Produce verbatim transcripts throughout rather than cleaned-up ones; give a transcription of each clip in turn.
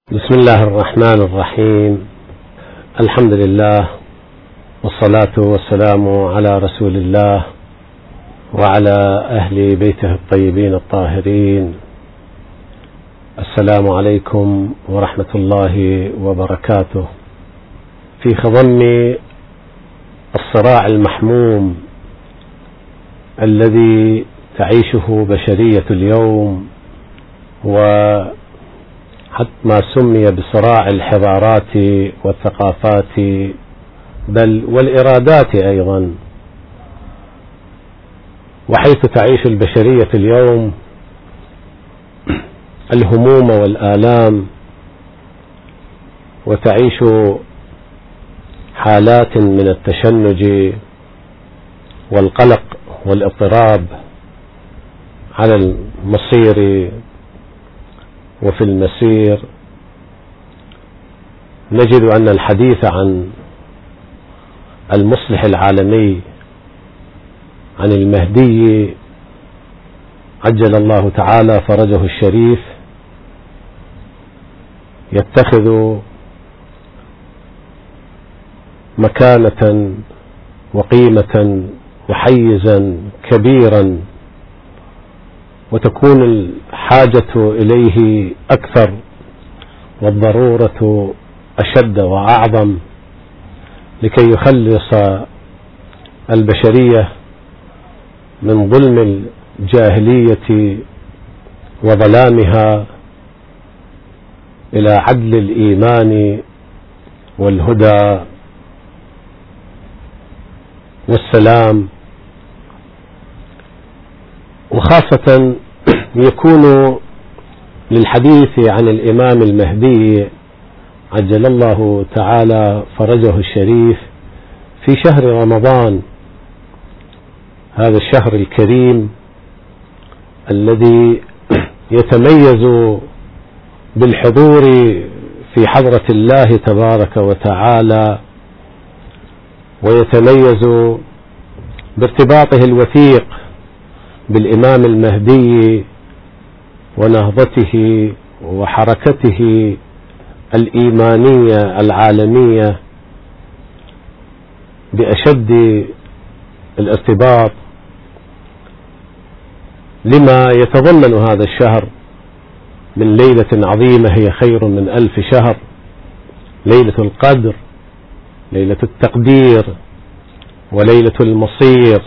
بسم الله الرحمن الرحيم. الحمد لله والصلاة والسلام على رسول الله وعلى أهل بيته الطيبين الطاهرين. السلام عليكم ورحمة الله وبركاته. في خضم الصراع المحموم الذي تعيشه بشرية اليوم، وحتى ما سمي بصراع الحضارات والثقافات بل والإرادات أيضا، وحيث تعيش البشرية اليوم الهموم والآلام، وتعيش حالات من التشنج والقلق والاضطراب على المصير وفي المسير، نجد أن الحديث عن المصلح العالمي، عن المهدي عجل الله تعالى فرجه الشريف، يتخذ مكانة وقيمة وحيزا كبيرا، وتكون الحاجة إليه أكثر والضرورة أشد وأعظم لكي يخلص البشرية من ظلم الجاهلية وظلامها إلى عدل الإيمان والهدى والسلام. وخاصة يكون للحديث عن الإمام المهدي عجل الله تعالى فرجه الشريف في شهر رمضان، هذا الشهر الكريم الذي يتميز بالحضور في حضرة الله تبارك وتعالى، ويتميز بارتباطه الوثيق بالإمام المهدي ونهضته وحركته الإيمانية العالمية بأشد الارتباط، لما يتضمن هذا الشهر من ليلة عظيمة هي خير من ألف شهر، ليلة القدر، ليلة التقدير، وليلة المصير،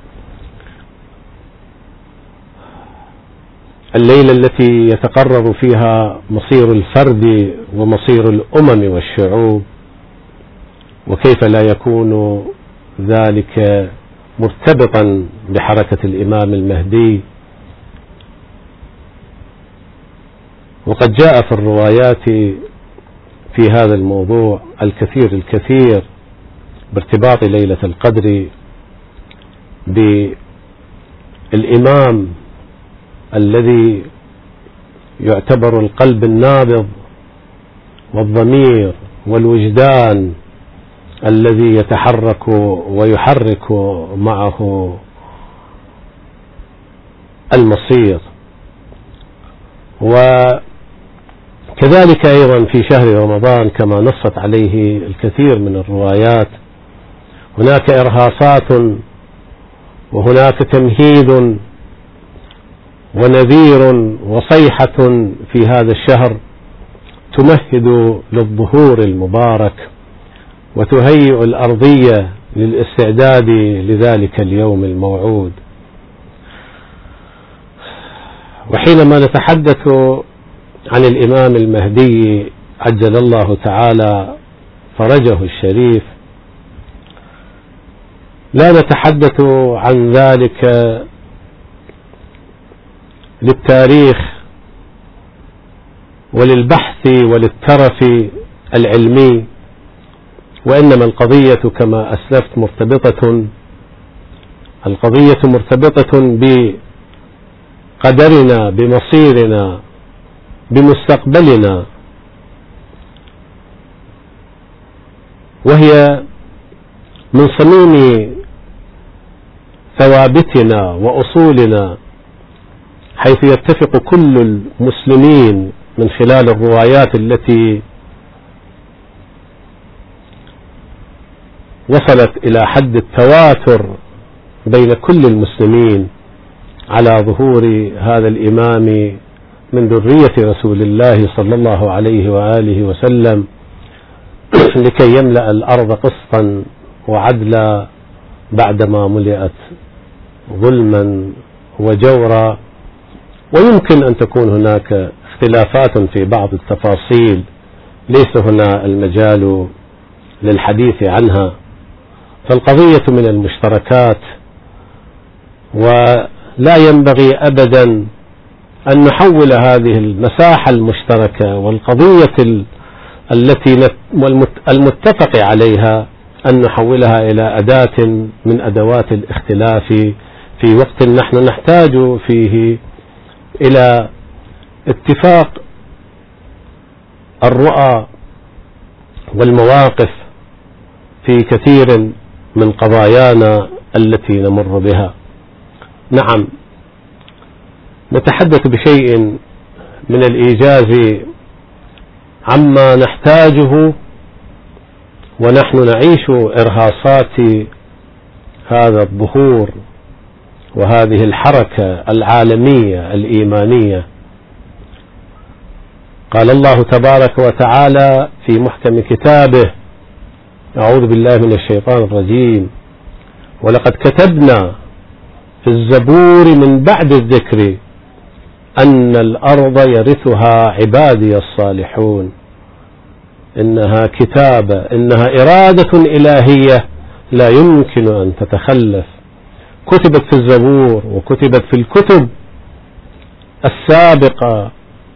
الليلة التي يتقرر فيها مصير الفرد ومصير الأمم والشعوب. وكيف لا يكون ذلك مرتبطا بحركة الإمام المهدي؟ وقد جاء في الروايات في هذا الموضوع الكثير الكثير بارتباط ليلة القدر بالإمام الذي يعتبر القلب النابض والضمير والوجدان الذي يتحرك ويحرك معه المصير. وكذلك أيضا في شهر رمضان كما نصت عليه الكثير من الروايات، هناك إرهاصات وهناك تمهيد ونذير وصيحة في هذا الشهر تمهد للظهور المبارك وتهيئ الأرضية للاستعداد لذلك اليوم الموعود. وحينما نتحدث عن الإمام المهدي عجل الله تعالى فرجه الشريف، لا نتحدث عن ذلك للتاريخ وللبحث وللترف العلمي، وإنما القضية كما أسلفت مرتبطة القضية مرتبطة بقدرنا، بمصيرنا، بمستقبلنا، وهي من صميم ثوابتنا وأصولنا، حيث يتفق كل المسلمين من خلال الروايات التي وصلت إلى حد التواتر بين كل المسلمين على ظهور هذا الإمام من ذرية رسول الله صلى الله عليه وآله وسلم لكي يملأ الأرض قسطا وعدلا بعدما ملئت ظلما وجورا. ويمكن أن تكون هناك اختلافات في بعض التفاصيل ليس هنا المجال للحديث عنها، فالقضية من المشتركات، ولا ينبغي أبدا أن نحول هذه المساحة المشتركة والقضية التي المتفق عليها أن نحولها إلى أداة من أدوات الاختلاف في وقت نحن نحتاج فيه إلى اتفاق الرؤى والمواقف في كثير من قضايانا التي نمر بها. نعم، نتحدث بشيء من الإيجاز عما نحتاجه ونحن نعيش إرهاصات هذا الظهور وهذه الحركة العالمية الإيمانية. قال الله تبارك وتعالى في محكم كتابه: أعوذ بالله من الشيطان الرجيم: ولقد كتبنا في الزبور من بعد الذكر أن الأرض يرثها عبادي الصالحون. إنها كتابة، إنها إرادة إلهية لا يمكن أن تتخلف، كتبت في الزبور وكتبت في الكتب السابقة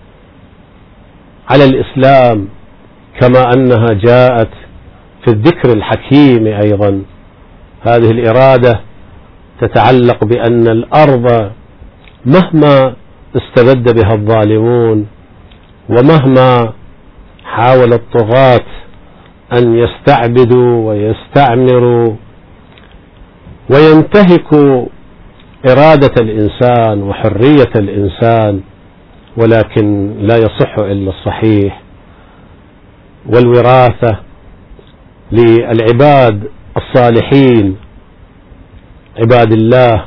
على الإسلام، كما أنها جاءت في الذكر الحكيم أيضا. هذه الإرادة تتعلق بأن الأرض مهما استبد بها الظالمون ومهما حاول الطغاة أن يستعبدوا ويستعمروا وينتهكوا إرادة الإنسان وحرية الإنسان، ولكن لا يصح إلا الصحيح. والوراثة للعباد الصالحين، عباد الله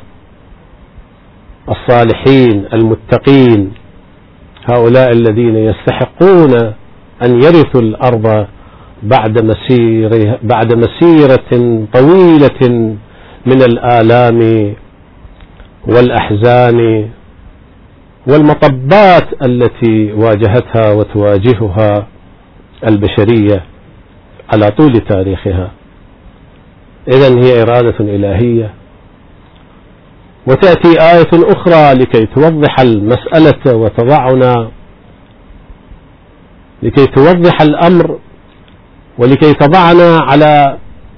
الصالحين المتقين، هؤلاء الذين يستحقون أن يرثوا الأرض بعد مسيرة بعد مسيرة طويلة من الآلام والأحزان والمطبات التي واجهتها وتواجهها البشرية على طول تاريخها. إذن هي إرادة إلهية. وتأتي آية أخرى لكي توضح المسألة وتضعنا لكي توضح الأمر ولكي تضعنا على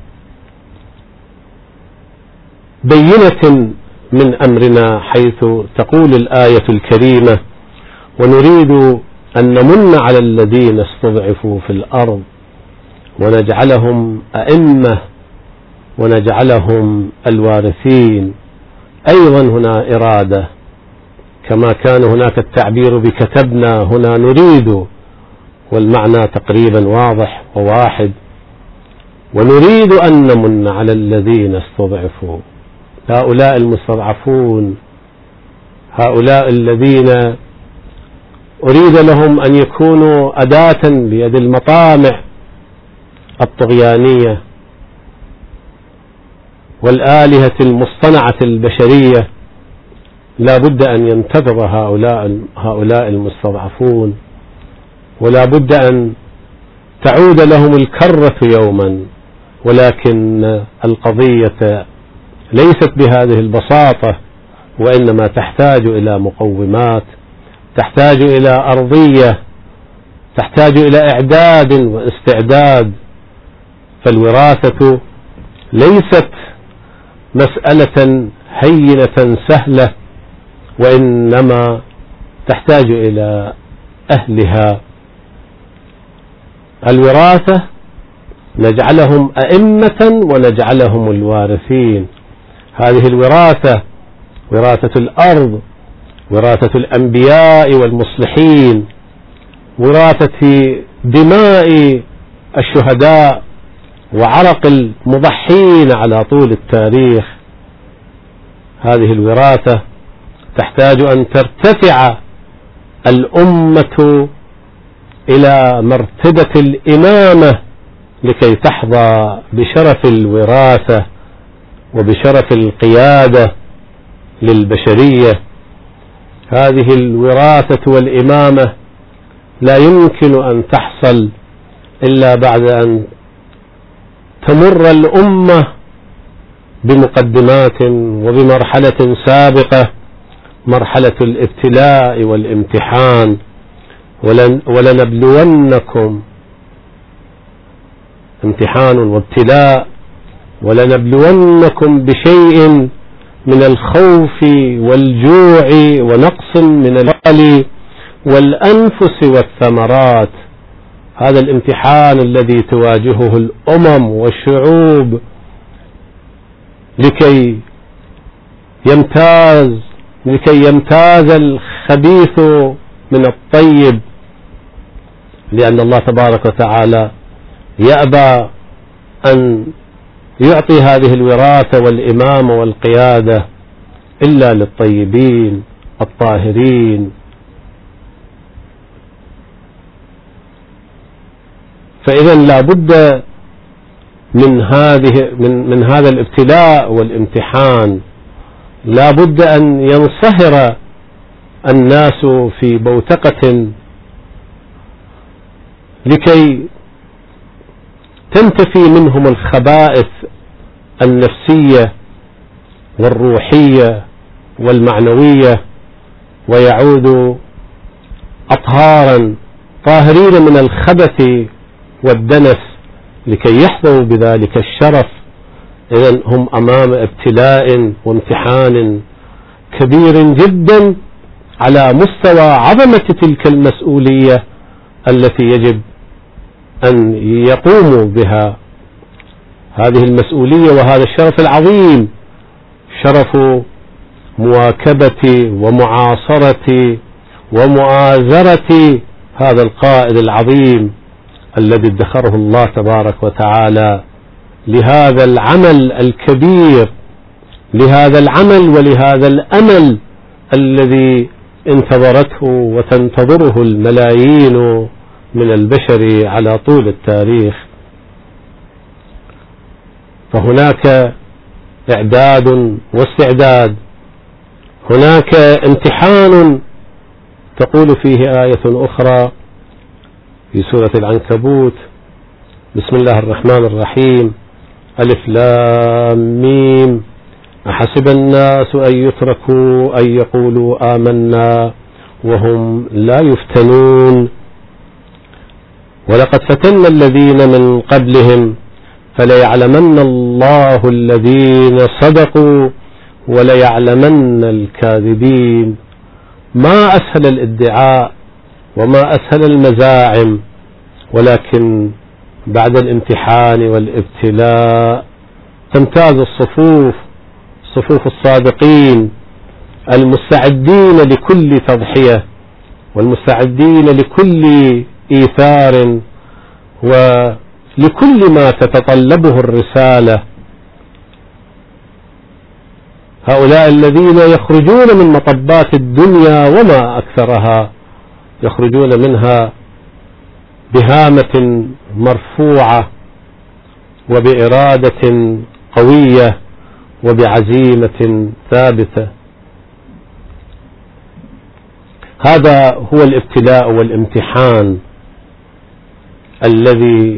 بينة من أمرنا، حيث تقول الآية الكريمة: ونريد أن نمن على الذين استضعفوا في الأرض ونجعلهم أئمة ونجعلهم الوارثين. أيضا هنا إرادة، كما كان هناك التعبير بكتبنا، هنا نريد، والمعنى تقريبا واضح وواحد. ونريد أن نمن على الذين استضعفوا، هؤلاء المستضعفون، هؤلاء الذين أريد لهم أن يكونوا أداة بيد المطامع الطغيانية والآلهة المصطنعة البشرية. لا بد أن ينتظر هؤلاء هؤلاء المستضعفون، ولا بد أن تعود لهم الكرة يوما. ولكن القضية ليست بهذه البساطة، وإنما تحتاج إلى مقومات، تحتاج إلى أرضية، تحتاج إلى إعداد واستعداد. فالوراثة ليست مسألة هينة سهلة، وإنما تحتاج إلى أهلها. الوراثة نجعلهم أئمة ونجعلهم الوارثين. هذه الوراثة وراثة الأرض، وراثة الأنبياء والمصلحين، وراثة دماء الشهداء وعرق المضحين على طول التاريخ. هذه الوراثة تحتاج أن ترتفع الأمة إلى مرتبة الإمامة لكي تحظى بشرف الوراثة وبشرف القيادة للبشرية. هذه الوراثة والإمامة لا يمكن أن تحصل إلا بعد أن تمر الأمة بمقدمات وبمرحلة سابقة، مرحلة الابتلاء والامتحان. ولن ولنبلونكم امتحان وابتلاء، ولنبلونكم بشيء من الخوف والجوع ونقص من المال والأنفس والثمرات. هذا الامتحان الذي تواجهه الأمم والشعوب لكي يمتاز لكي يمتاز الخبيث من الطيب، لأن الله تبارك وتعالى يأبى أن يعطي هذه الوراثة والإمامة والقيادة إلا للطيبين الطاهرين. فإذا لا بد من هذه من من هذا الابتلاء والامتحان، لا بد أن ينصهر الناس في بوتقة لكي تنتفي منهم الخبائث النفسية والروحية والمعنوية، ويعودوا أطهارا طاهرين من الخبث والدنس لكي يحظوا بذلك الشرف. إذن هم أمام ابتلاء وامتحان كبير جدا على مستوى عظمة تلك المسؤولية التي يجب أن يقوموا بها. هذه المسؤولية وهذا الشرف العظيم شرف مواكبة ومعاصرة ومؤازرة هذا القائد العظيم الذي ادخره الله تبارك وتعالى لهذا العمل الكبير، لهذا العمل ولهذا الأمل الذي انتظرته وتنتظره الملايين من البشر على طول التاريخ. فهناك إعداد واستعداد، هناك امتحان تقول فيه آية أخرى في سورة العنكبوت: بسم الله الرحمن الرحيم، ألف لام ميم، أحسب الناس أن يتركوا أن يقولوا آمنا وهم لا يفتنون، ولقد فتنا الذين من قبلهم فليعلمن الله الذين صدقوا وليعلمن الكاذبين. ما أسهل الادعاء وما أسهل المزاعم، ولكن بعد الامتحان والابتلاء تمتاز الصفوف، صفوف الصادقين المستعدين لكل تضحية والمستعدين لكل إيثار ولكل ما تتطلبه الرسالة. هؤلاء الذين يخرجون من مطبات الدنيا وما أكثرها، يخرجون منها بهامة مرفوعة وبإرادة قوية وبعزيمة ثابتة. هذا هو الابتلاء والامتحان الذي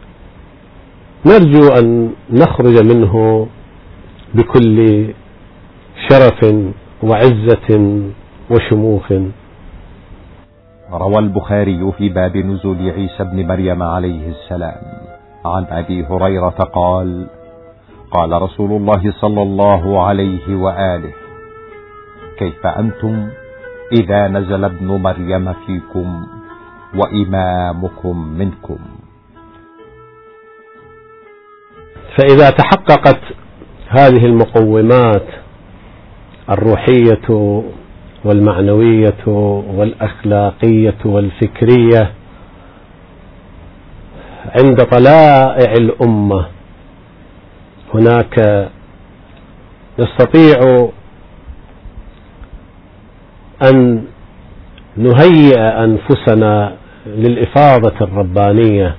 نرجو أن نخرج منه بكل شرف وعزة وشموخ. روى البخاري في باب نزول عيسى بن مريم عليه السلام عن أبي هريرة قال: قال رسول الله صلى الله عليه وآله: كيف أنتم إذا نزل ابن مريم فيكم وإمامكم منكم؟ فإذا تحققت هذه المقومات الروحية والمعنوية والأخلاقية والفكرية عند طلائع الأمة. هناك نستطيع أن نهيئ أنفسنا للإفاضة الربانية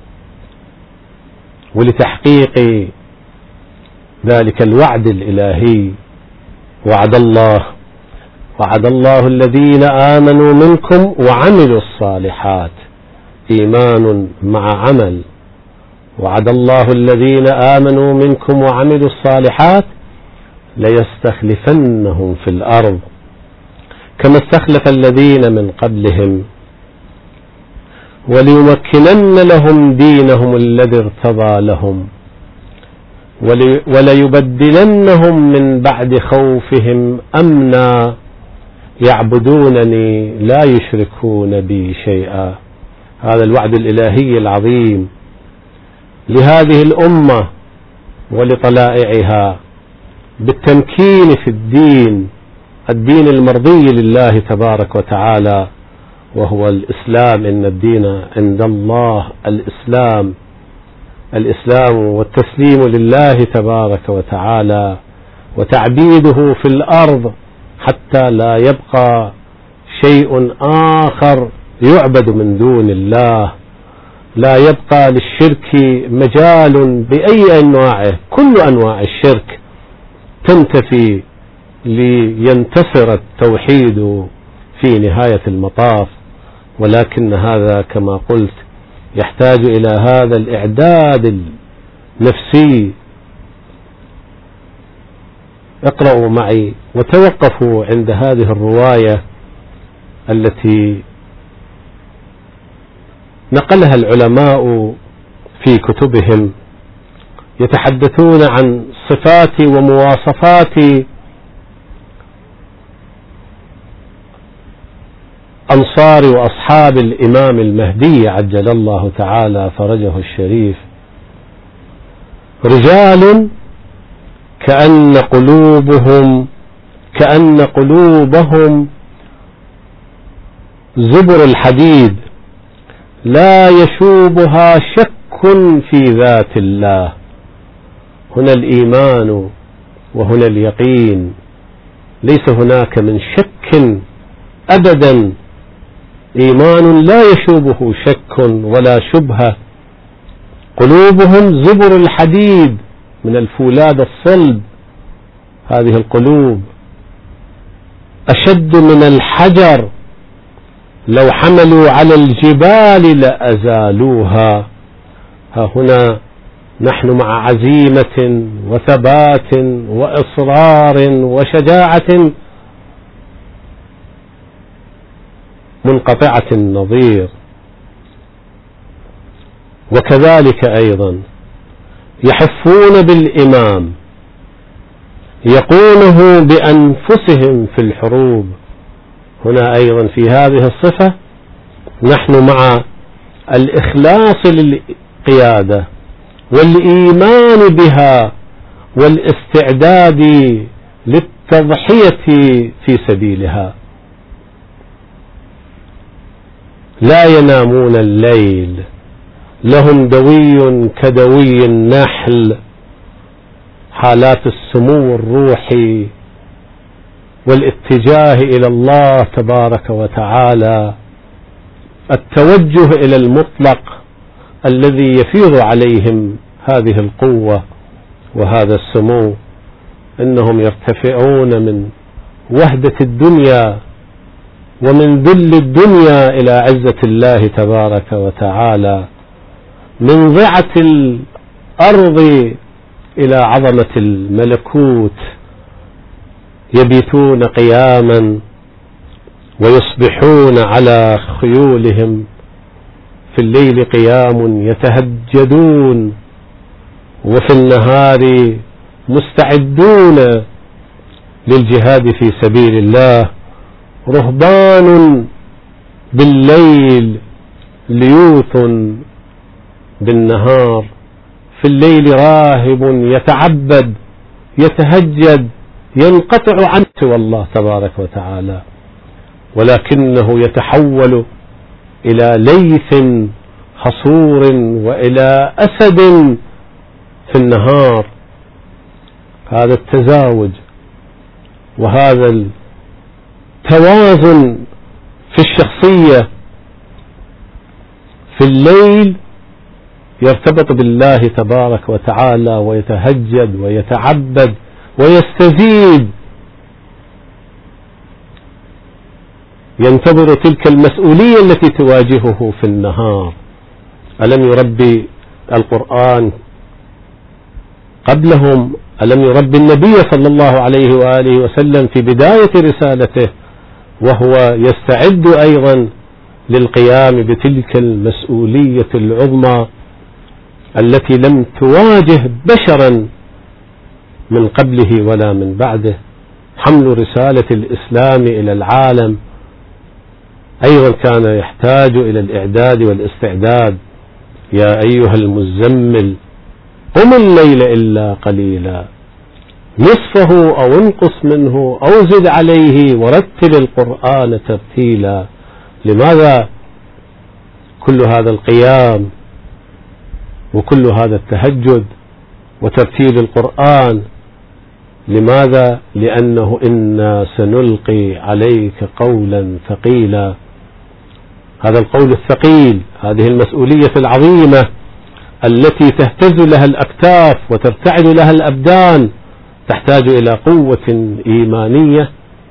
ولتحقيق ذلك الوعد الإلهي. وعد الله وعد الله الذين آمنوا منكم وعملوا الصالحات، إيمان مع عمل. وعد الله الذين آمنوا منكم وعملوا الصالحات ليستخلفنهم في الأرض كما استخلف الذين من قبلهم وليمكنن لهم دينهم الذي ارتضى لهم وليبدلنهم من بعد خوفهم أمنا يعبدونني لا يشركون بي شيئا. هذا الوعد الإلهي العظيم لهذه الأمة ولطلائعها بالتمكين في الدين الدين المرضي لله تبارك وتعالى، وهو الإسلام. إن الدين عند الله الإسلام الإسلام والتسليم لله تبارك وتعالى وتعبيده في الأرض حتى لا يبقى شيء آخر يعبد من دون الله، لا يبقى للشرك مجال بأي أنواعه. كل أنواع الشرك تنتفي لينتصر التوحيد في نهاية المطاف. ولكن هذا كما قلت يحتاج إلى هذا الإعداد النفسي. اقرأوا معي وتوقفوا عند هذه الرواية التي نقلها العلماء في كتبهم، يتحدثون عن صفات ومواصفات أنصار وأصحاب الإمام المهدي عجل الله تعالى فرجه الشريف. رجال كأن قلوبهم كأن قلوبهم زبر الحديد لا يشوبها شك في ذات الله. هنا الإيمان وهنا اليقين، ليس هناك من شك أبدا. إيمان لا يشوبه شك ولا شبهة. قلوبهم زبر الحديد من الفولاذ الصلب. هذه القلوب أشد من الحجر، لو حملوا على الجبال لأزالوها. ها هنا نحن مع عزيمة وثبات وإصرار وشجاعة منقطعة النظير. وكذلك أيضا يحفون بالإمام، يقونه بأنفسهم في الحروب. هنا أيضا في هذه الصفة نحن مع الإخلاص للقيادة والإيمان بها والاستعداد للتضحية في سبيلها. لا ينامون الليل، لهم دوي كدوي النحل. حالات السمو الروحي والاتجاه إلى الله تبارك وتعالى، التوجه إلى المطلق الذي يفيض عليهم هذه القوة وهذا السمو. إنهم يرتفعون من وهدة الدنيا ومن ذل الدنيا إلى عزة الله تبارك وتعالى، من ضعة الأرض إلى عظمة الملكوت. يبيتون قياما ويصبحون على خيولهم، في الليل قيام يتهجدون، وفي النهار مستعدون للجهاد في سبيل الله. رهبان بالليل ليوث بالنهار. في الليل راهب يتعبد يتهجد ينقطع عنه سوى الله تبارك وتعالى. ولكنه يتحول إلى ليث حصور وإلى أسد في النهار. هذا التزاوج وهذا التوازن في الشخصية في الليل يرتبط بالله تبارك وتعالى ويتهجد ويتعبد ويستزيد، ينتظر تلك المسؤولية التي تواجهه في النهار. ألم يربي القرآن قبلهم؟ ألم يربي النبي صلى الله عليه وآله وسلم في بداية رسالته وهو يستعد أيضا للقيام بتلك المسؤولية العظمى التي لم تواجه بشرا من قبله ولا من بعده؟ حمل رسالة الإسلام إلى العالم أيضا كان يحتاج إلى الإعداد والاستعداد. يا أيها المزمل قم الليل إلا قليلا نصفه أو انقص منه أو زد عليه ورتل القرآن ترتيلا. لماذا كل هذا القيام وكل هذا التهجد وترتيل القرآن؟ لماذا؟ لأنه إنا سنلقي عليك قولا ثقيلا. هذا القول الثقيل، هذه المسؤولية العظيمة التي تهتز لها الأكتاف وترتعد لها الأبدان، تحتاج إلى قوة إيمانية.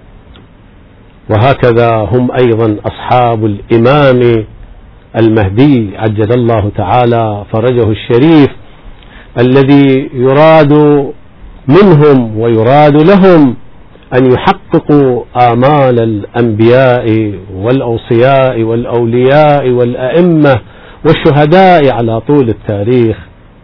وهكذا هم أيضا أصحاب الإمام المهدي عجل الله تعالى فرجه الشريف، الذي يراد منهم ويراد لهم أن يحققوا آمال الأنبياء والأوصياء والأولياء والأئمة والشهداء على طول التاريخ.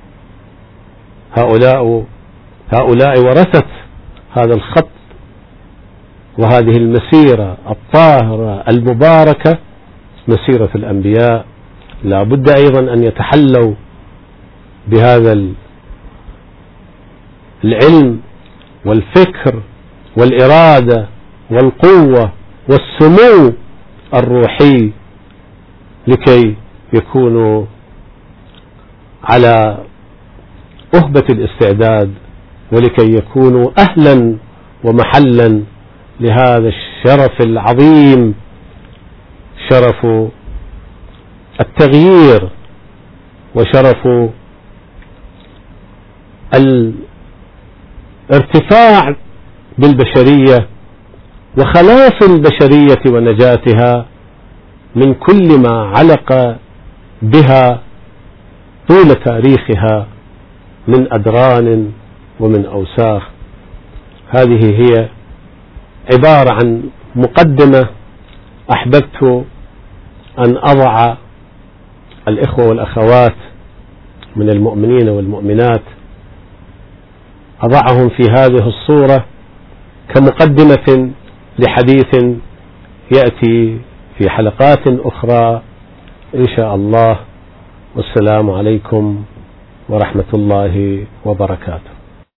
هؤلاء هؤلاء ورثة هذا الخط وهذه المسيرة الطاهرة المباركة، مسيرة الأنبياء. لا بد أيضا أن يتحلوا بهذا العلم والفكر والإرادة والقوة والسمو الروحي لكي يكونوا على أهبة الاستعداد ولكي يكونوا أهلا ومحلا لهذا الشرف العظيم، شرف التغيير وشرف الارتفاع بالبشرية وخلاص البشرية ونجاتها من كل ما علق بها طول تاريخها من أدران ومن أوساخ. هذه هي عبارة عن مقدمة أحببت أن أضع الإخوة والأخوات من المؤمنين والمؤمنات، أضعهم في هذه الصورة كمقدمة لحديث يأتي في حلقات أخرى إن شاء الله. والسلام عليكم ورحمة الله وبركاته.